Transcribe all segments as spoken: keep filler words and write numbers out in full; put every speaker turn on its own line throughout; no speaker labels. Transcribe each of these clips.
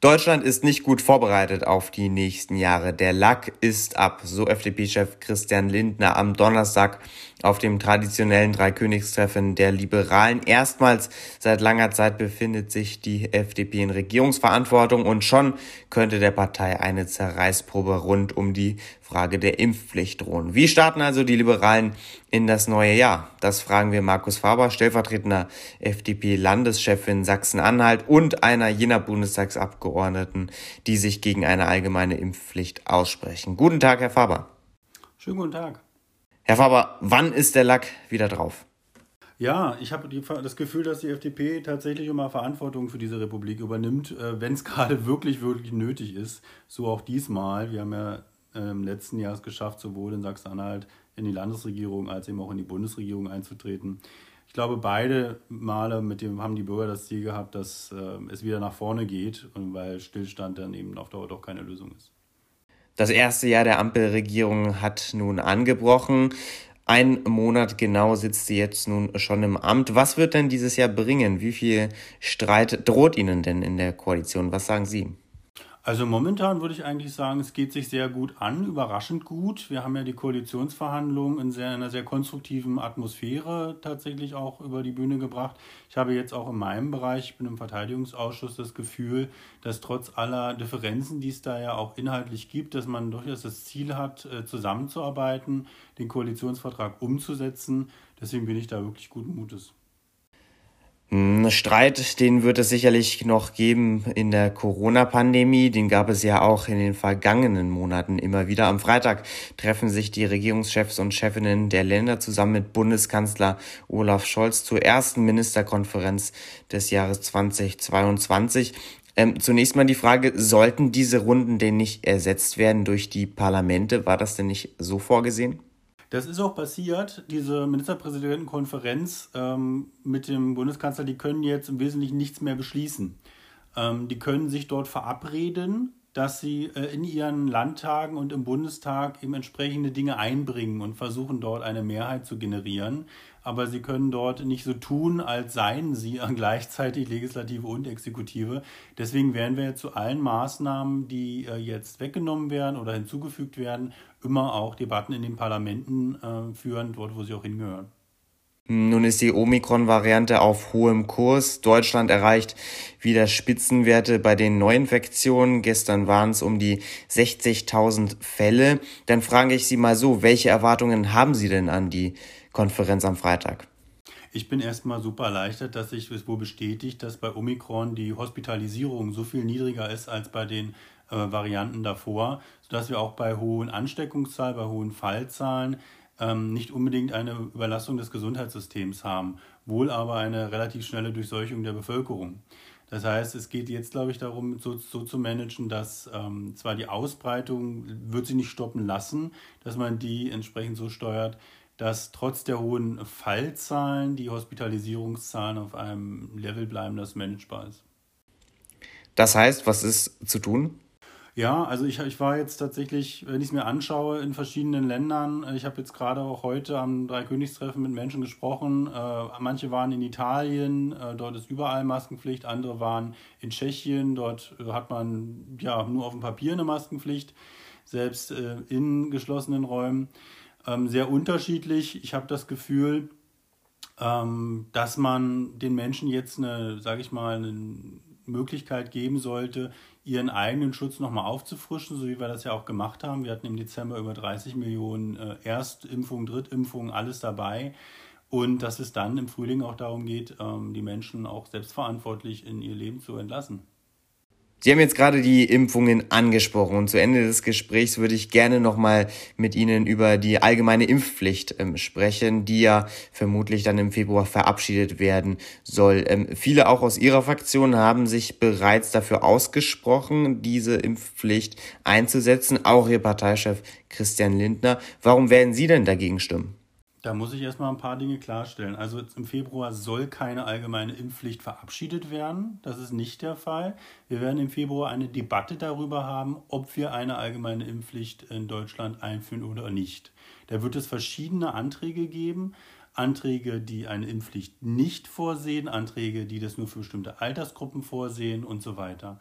Deutschland ist nicht gut vorbereitet auf die nächsten Jahre. Der Lack ist ab, so F D P-Chef Christian Lindner am Donnerstag auf dem traditionellen Dreikönigstreffen der Liberalen. Erstmals seit langer Zeit befindet sich die F D P in Regierungsverantwortung und schon könnte der Partei eine Zerreißprobe rund um die Frage der Impfpflicht drohen. Wie starten also die Liberalen in das neue Jahr? Das fragen wir Markus Faber, stellvertretender F D P-Landeschef in Sachsen-Anhalt und einer jener Bundestagsabgeordneten, die sich gegen eine allgemeine Impfpflicht aussprechen. Guten Tag, Herr Faber.
Schönen guten Tag.
Herr Faber, wann ist der Lack wieder drauf?
Ja, ich habe das Gefühl, dass die F D P tatsächlich immer Verantwortung für diese Republik übernimmt, wenn es gerade wirklich, wirklich nötig ist. So auch diesmal. Wir haben ja im letzten Jahr es geschafft, sowohl in Sachsen-Anhalt in die Landesregierung als eben auch in die Bundesregierung einzutreten. Ich glaube, beide Male mit dem haben die Bürger das Ziel gehabt, dass äh, es wieder nach vorne geht, weil Stillstand dann eben auf Dauer doch keine Lösung ist.
Das erste Jahr der Ampelregierung hat nun angebrochen. Ein Monat genau sitzt sie jetzt nun schon im Amt. Was wird denn dieses Jahr bringen? Wie viel Streit droht Ihnen denn in der Koalition? Was sagen Sie?
Also momentan würde ich eigentlich sagen, es geht sich sehr gut an, überraschend gut. Wir haben ja die Koalitionsverhandlungen in sehr, einer sehr konstruktiven Atmosphäre tatsächlich auch über die Bühne gebracht. Ich habe jetzt auch in meinem Bereich, ich bin im Verteidigungsausschuss, das Gefühl, dass trotz aller Differenzen, die es da ja auch inhaltlich gibt, dass man durchaus das Ziel hat, zusammenzuarbeiten, den Koalitionsvertrag umzusetzen. Deswegen bin ich da wirklich guten Mutes.
Streit, den wird es sicherlich noch geben in der Corona-Pandemie. Den gab es ja auch in den vergangenen Monaten immer wieder. Am Freitag treffen sich die Regierungschefs und Chefinnen der Länder zusammen mit Bundeskanzler Olaf Scholz zur ersten Ministerkonferenz des Jahres zweitausendzweiundzwanzig. Ähm, zunächst mal die Frage, sollten diese Runden denn nicht ersetzt werden durch die Parlamente? War das denn nicht so vorgesehen?
Das ist auch passiert. Diese Ministerpräsidentenkonferenz ähm, mit dem Bundeskanzler, die können jetzt im Wesentlichen nichts mehr beschließen. Ähm, die können sich dort verabreden, dass sie äh, in ihren Landtagen und im Bundestag eben entsprechende Dinge einbringen und versuchen dort eine Mehrheit zu generieren. Aber sie können dort nicht so tun, als seien sie gleichzeitig Legislative und Exekutive. Deswegen werden wir zu allen Maßnahmen, die äh, jetzt weggenommen werden oder hinzugefügt werden, immer auch Debatten in den Parlamenten äh, führen, dort wo sie auch hingehören.
Nun ist die Omikron-Variante auf hohem Kurs. Deutschland erreicht wieder Spitzenwerte bei den Neuinfektionen. Gestern waren es um die sechzigtausend Fälle. Dann frage ich Sie mal so, welche Erwartungen haben Sie denn an die Konferenz am Freitag?
Ich bin erstmal super erleichtert, dass sich es wohl bestätigt, dass bei Omikron die Hospitalisierung so viel niedriger ist als bei den äh, Varianten davor, sodass wir auch bei hohen Ansteckungszahlen, bei hohen Fallzahlen ähm, nicht unbedingt eine Überlastung des Gesundheitssystems haben, wohl aber eine relativ schnelle Durchseuchung der Bevölkerung. Das heißt, es geht jetzt, glaube ich, darum, so, so zu managen, dass ähm, zwar die Ausbreitung wird sie nicht stoppen lassen, dass man die entsprechend so steuert, dass trotz der hohen Fallzahlen die Hospitalisierungszahlen auf einem Level bleiben, das managebar ist.
Das heißt, was ist zu tun?
Ja, also ich, ich war jetzt tatsächlich, wenn ich es mir anschaue, in verschiedenen Ländern. Ich habe jetzt gerade auch heute am Dreikönigstreffen mit Menschen gesprochen. Äh, manche waren in Italien, äh, dort ist überall Maskenpflicht. Andere waren in Tschechien, dort äh, hat man ja nur auf dem Papier eine Maskenpflicht, selbst äh, in geschlossenen Räumen. Ähm, sehr unterschiedlich. Ich habe das Gefühl, ähm, dass man den Menschen jetzt eine, sage ich mal, eine Möglichkeit geben sollte, ihren eigenen Schutz nochmal aufzufrischen, so wie wir das ja auch gemacht haben. Wir hatten im Dezember über dreißig Millionen äh, Erstimpfungen, Drittimpfungen, alles dabei. Und dass es dann im Frühling auch darum geht, ähm, die Menschen auch selbstverantwortlich in ihr Leben zu entlassen.
Sie haben jetzt gerade die Impfungen angesprochen und zu Ende des Gesprächs würde ich gerne nochmal mit Ihnen über die allgemeine Impfpflicht ähm, sprechen, die ja vermutlich dann im Februar verabschiedet werden soll. Ähm, viele auch aus Ihrer Fraktion haben sich bereits dafür ausgesprochen, diese Impfpflicht einzusetzen, auch Ihr Parteichef Christian Lindner. Warum werden Sie denn dagegen stimmen?
Da muss ich erstmal ein paar Dinge klarstellen. Also im Februar soll keine allgemeine Impfpflicht verabschiedet werden. Das ist nicht der Fall. Wir werden im Februar eine Debatte darüber haben, ob wir eine allgemeine Impfpflicht in Deutschland einführen oder nicht. Da wird es verschiedene Anträge geben. Anträge, die eine Impfpflicht nicht vorsehen, Anträge, die das nur für bestimmte Altersgruppen vorsehen und so weiter.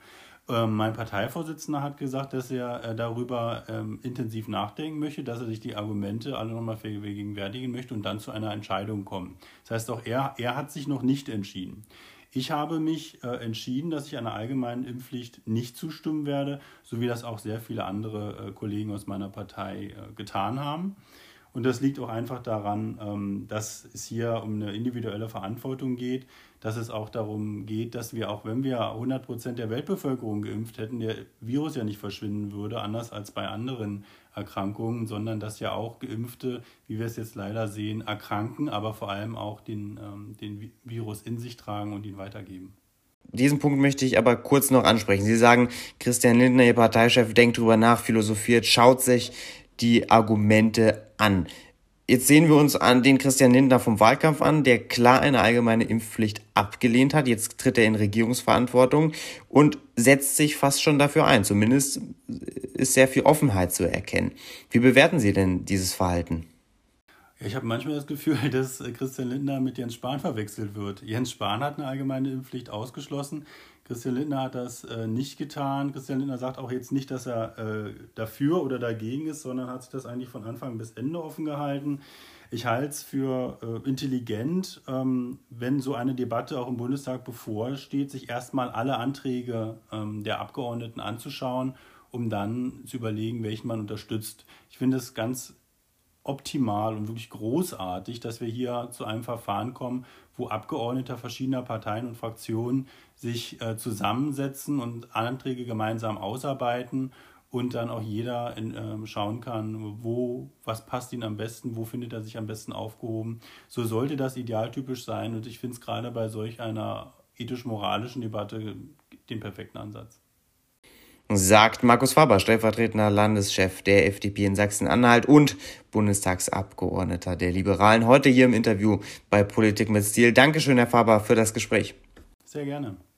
Ähm, mein Parteivorsitzender hat gesagt, dass er äh, darüber ähm, intensiv nachdenken möchte, dass er sich die Argumente alle nochmal vergegenwärtigen möchte und dann zu einer Entscheidung kommen. Das heißt, auch er, er hat sich noch nicht entschieden. Ich habe mich äh, entschieden, dass ich einer allgemeinen Impfpflicht nicht zustimmen werde, so wie das auch sehr viele andere äh, Kollegen aus meiner Partei äh, getan haben. Und das liegt auch einfach daran, ähm, dass es hier um eine individuelle Verantwortung geht, dass es auch darum geht, dass wir, auch wenn wir hundert Prozent der Weltbevölkerung geimpft hätten, der Virus ja nicht verschwinden würde, anders als bei anderen Erkrankungen, sondern dass ja auch Geimpfte, wie wir es jetzt leider sehen, erkranken, aber vor allem auch den, ähm, den Virus in sich tragen und ihn weitergeben.
Diesen Punkt möchte ich aber kurz noch ansprechen. Sie sagen, Christian Lindner, Ihr Parteichef, denkt drüber nach, philosophiert, schaut sich die Argumente an. Jetzt sehen wir uns an den Christian Lindner vom Wahlkampf an, der klar eine allgemeine Impfpflicht abgelehnt hat. Jetzt tritt er in Regierungsverantwortung und setzt sich fast schon dafür ein. Zumindest ist sehr viel Offenheit zu erkennen. Wie bewerten Sie denn dieses Verhalten?
Ich habe manchmal das Gefühl, dass Christian Lindner mit Jens Spahn verwechselt wird. Jens Spahn hat eine allgemeine Impfpflicht ausgeschlossen. Christian Lindner hat das äh, nicht getan. Christian Lindner sagt auch jetzt nicht, dass er äh, dafür oder dagegen ist, sondern hat sich das eigentlich von Anfang bis Ende offen gehalten. Ich halte es für äh, intelligent, ähm, wenn so eine Debatte auch im Bundestag bevorsteht, sich erstmal alle Anträge ähm, der Abgeordneten anzuschauen, um dann zu überlegen, welchen man unterstützt. Ich finde es ganz optimal und wirklich großartig, dass wir hier zu einem Verfahren kommen, wo Abgeordnete verschiedener Parteien und Fraktionen sich äh, zusammensetzen und Anträge gemeinsam ausarbeiten und dann auch jeder in, äh, schauen kann, wo, was passt ihm am besten, wo findet er sich am besten aufgehoben. So sollte das idealtypisch sein und ich finde es gerade bei solch einer ethisch-moralischen Debatte den perfekten Ansatz.
Sagt Markus Faber, stellvertretender Landeschef der F D P in Sachsen-Anhalt und Bundestagsabgeordneter der Liberalen, heute hier im Interview bei Politik mit Stil. Dankeschön, Herr Faber, für das Gespräch.
Sehr gerne.